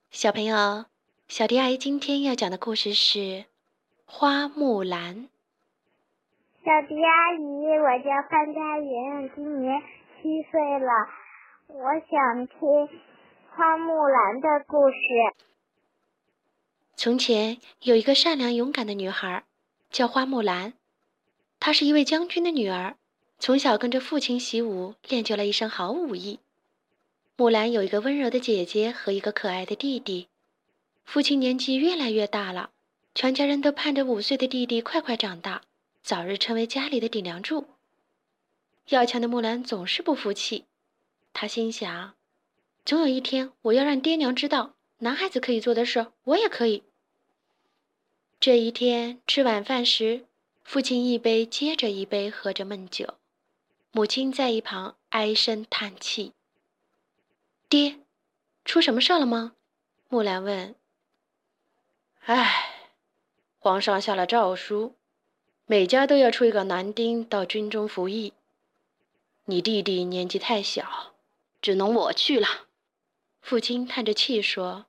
小朋友，小迪阿姨今天要讲的故事是《花木兰》。 小迪阿姨，我叫范佳云，今年7岁了，我想听花木兰的故事。 从前有一个善良勇敢的女孩，叫花木兰。她是一位将军的女儿，从小跟着父亲习武，练就了一身好武艺。木兰有一个温柔的姐姐和一个可爱的弟弟。父亲年纪越来越大了，全家人都盼着5岁的弟弟快快长大，早日成为家里的顶梁柱。要强的木兰总是不服气，她心想，总有一天我要让爹娘知道，男孩子可以做的事，我也可以。这一天吃晚饭时，父亲一杯接着一杯喝着闷酒，母亲在一旁唉声叹气。爹，出什么事了吗？木兰问。唉，皇上下了诏书，每家都要出一个男丁到军中服役。你弟弟年纪太小，只能我去了。父亲叹着气说。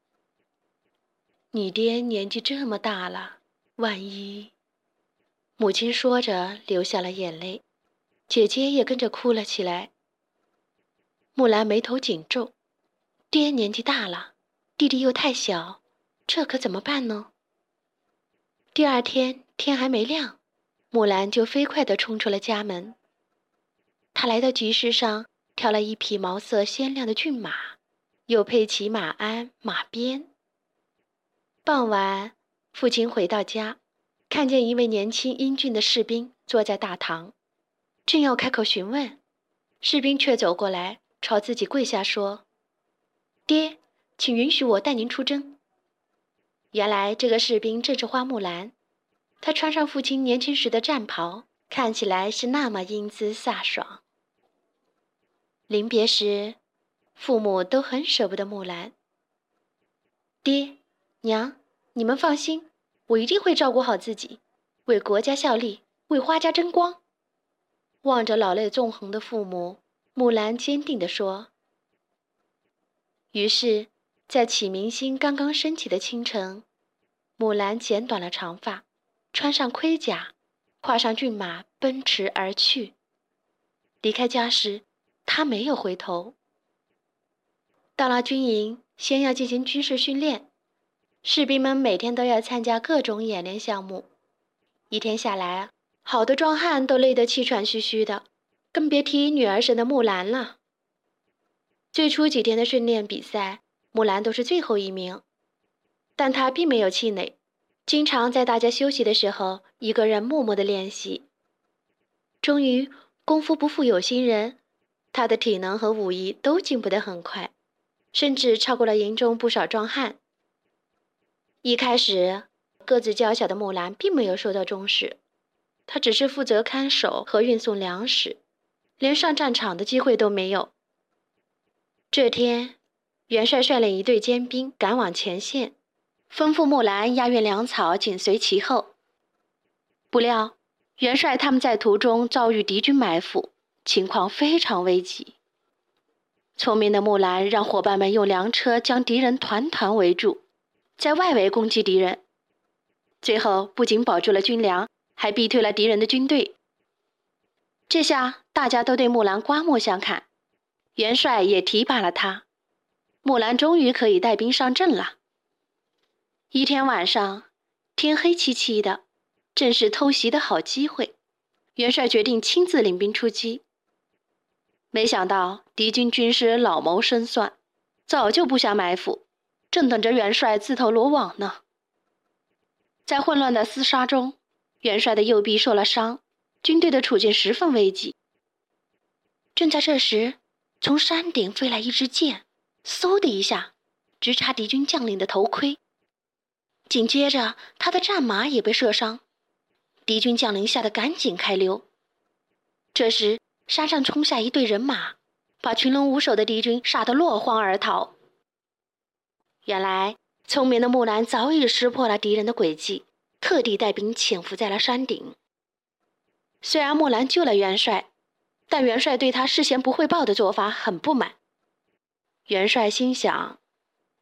你爹年纪这么大了，万一……母亲说着流下了眼泪，姐姐也跟着哭了起来。木兰眉头紧皱，爹年纪大了，弟弟又太小，这可怎么办呢？第二天天还没亮，木兰就飞快地冲出了家门。她来到集市上，挑了一匹毛色鲜亮的骏马，又配齐马鞍、马鞭。傍晚，父亲回到家，看见一位年轻英俊的士兵坐在大堂，正要开口询问，士兵却走过来，朝自己跪下说：“爹，请允许我带您出征。”原来这个士兵正是花木兰，她穿上父亲年轻时的战袍，看起来是那么英姿飒爽。临别时，父母都很舍不得木兰。爹娘，你们放心，我一定会照顾好自己，为国家效力，为花家争光。望着老泪纵横的父母，木兰坚定地说。于是，在启明星刚刚升起的清晨，木兰剪短了长发，穿上盔甲，跨上骏马，奔驰而去。离开家时，她没有回头。到了军营，先要进行军事训练，士兵们每天都要参加各种演练项目。一天下来，好多壮汉都累得气喘吁吁的，更别提女儿身的木兰了。最初几天的训练比赛，木兰都是最后一名，但她并没有气馁，经常在大家休息的时候，一个人默默地练习。终于，功夫不负有心人，她的体能和武艺都进步得很快，甚至超过了营中不少壮汉。一开始，个子较小的木兰并没有受到重视，她只是负责看守和运送粮食，连上战场的机会都没有。这天，元帅率领一队尖兵赶往前线，吩咐木兰押运粮草紧随其后。不料，元帅他们在途中遭遇敌军埋伏，情况非常危急。聪明的木兰让伙伴们用粮车将敌人团团围住，在外围攻击敌人。最后不仅保住了军粮，还逼退了敌人的军队。这下大家都对木兰刮目相看，元帅也提拔了她，木兰终于可以带兵上阵了。一天晚上，天黑漆漆的，正是偷袭的好机会。元帅决定亲自领兵出击。没想到敌军军师老谋深算，早就布下埋伏，正等着元帅自投罗网呢。在混乱的厮杀中，元帅的右臂受了伤，军队的处境十分危急。正在这时，从山顶飞来一支箭，嗖的一下，直插敌军将领的头盔。紧接着，他的战马也被射伤，敌军将领吓得赶紧开溜。这时，山上冲下一队人马，把群龙无首的敌军杀得落荒而逃。原来，聪明的木兰早已识破了敌人的诡计，特地带兵潜伏在了山顶。虽然木兰救了元帅，但元帅对他事先不汇报的做法很不满。元帅心想，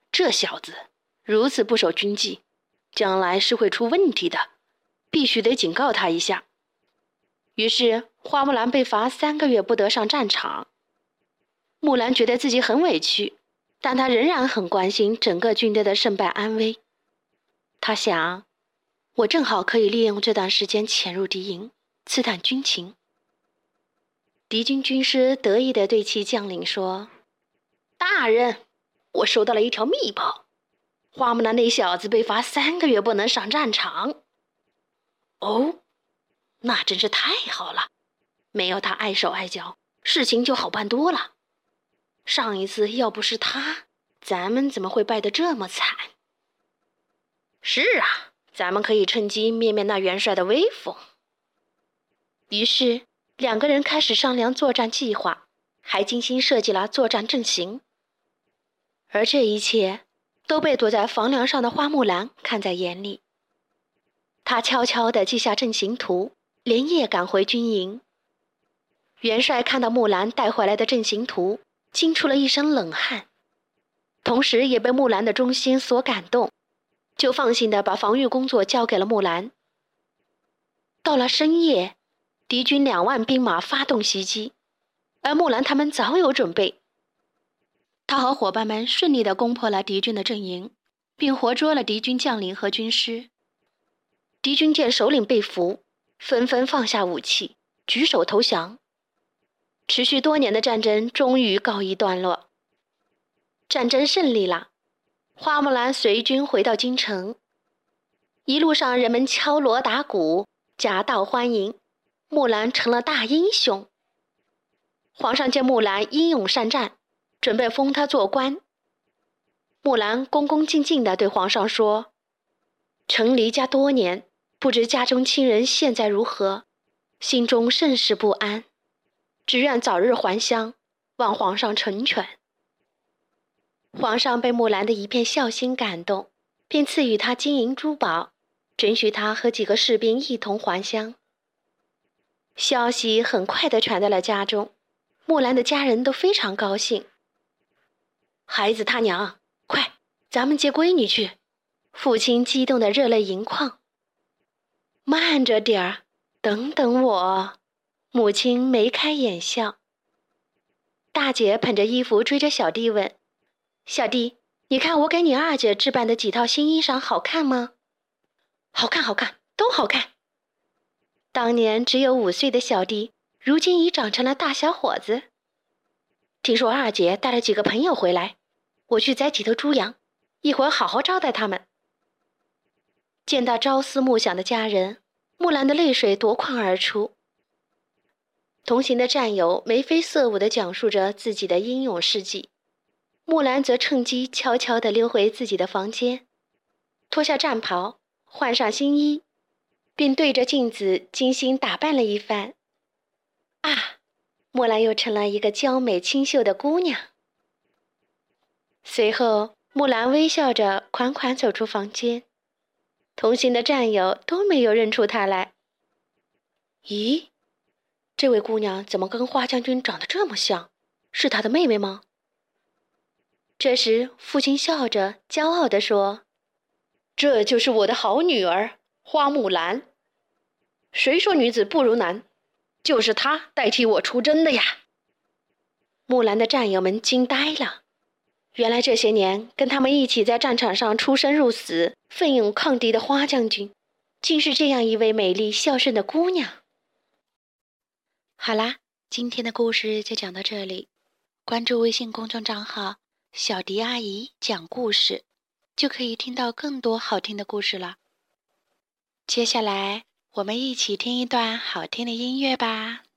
这小子如此不守军纪，将来是会出问题的，必须得警告他一下。于是花木兰被罚3个月不得上战场。木兰觉得自己很委屈，但她仍然很关心整个军队的胜败安危。她想，我正好可以利用这段时间潜入敌营，刺探军情。敌军军师得意地对其将领说：“大人，我收到了一条密报，花木兰那小子被罚3个月不能上战场。”哦，那真是太好了，没有他碍手碍脚，事情就好办多了。上一次要不是他，咱们怎么会败得这么惨？是啊，咱们可以趁机灭灭那元帅的威风。于是2个人开始商量作战计划，还精心设计了作战阵型。而这一切都被躲在房梁上的花木兰看在眼里。她悄悄地记下阵型图，连夜赶回军营。元帅看到木兰带回来的阵型图，惊出了一身冷汗，同时也被木兰的忠心所感动，就放心地把防御工作交给了木兰。到了深夜，敌军2万兵马发动袭击，而木兰他们早有准备。他和伙伴们顺利地攻破了敌军的阵营，并活捉了敌军将领和军师。敌军见首领被俘，纷纷放下武器，举手投降。持续多年的战争终于告一段落。战争胜利了，花木兰随军回到京城。一路上人们敲锣打鼓，夹道欢迎，木兰成了大英雄。皇上见木兰英勇善战，准备封她做官。木兰恭恭敬敬地对皇上说：“臣离家多年，不知家中亲人现在如何，心中甚是不安，只愿早日还乡，望皇上成全。”皇上被木兰的一片孝心感动，便赐予她金银珠宝，准许她和几个士兵一同还乡。消息很快地传到了家中，木兰的家人都非常高兴。孩子他娘，快，咱们接闺女去！父亲激动得热泪盈眶。慢着点儿，等等我。母亲眉开眼笑。大姐捧着衣服追着小弟问：“小弟，你看我给你二姐置办的几套新衣裳好看吗？”“好看，好看，都好看。”当年只有5岁的小弟，如今已长成了大小伙子。听说二姐带了几个朋友回来，我去宰几头猪羊，一会儿好好招待他们。见到朝思暮想的家人，木兰的泪水夺眶而出。同行的战友眉飞色舞地讲述着自己的英勇事迹，木兰则趁机悄悄地溜回自己的房间，脱下战袍，换上新衣，并对着镜子精心打扮了一番。啊，木兰又成了一个娇美清秀的姑娘。随后，木兰微笑着款款走出房间，同行的战友都没有认出她来。咦，这位姑娘怎么跟花将军长得这么像？是她的妹妹吗？这时，父亲笑着骄傲地说：“这就是我的好女儿花木兰。谁说女子不如男？就是她代替我出征的呀！”木兰的战友们惊呆了。原来这些年跟他们一起在战场上出生入死、奋勇抗敌的花将军，竟是这样一位美丽孝顺的姑娘。好啦，今天的故事就讲到这里。关注微信公众账号“小迪阿姨讲故事”，就可以听到更多好听的故事了。接下来，我们一起听一段好听的音乐吧。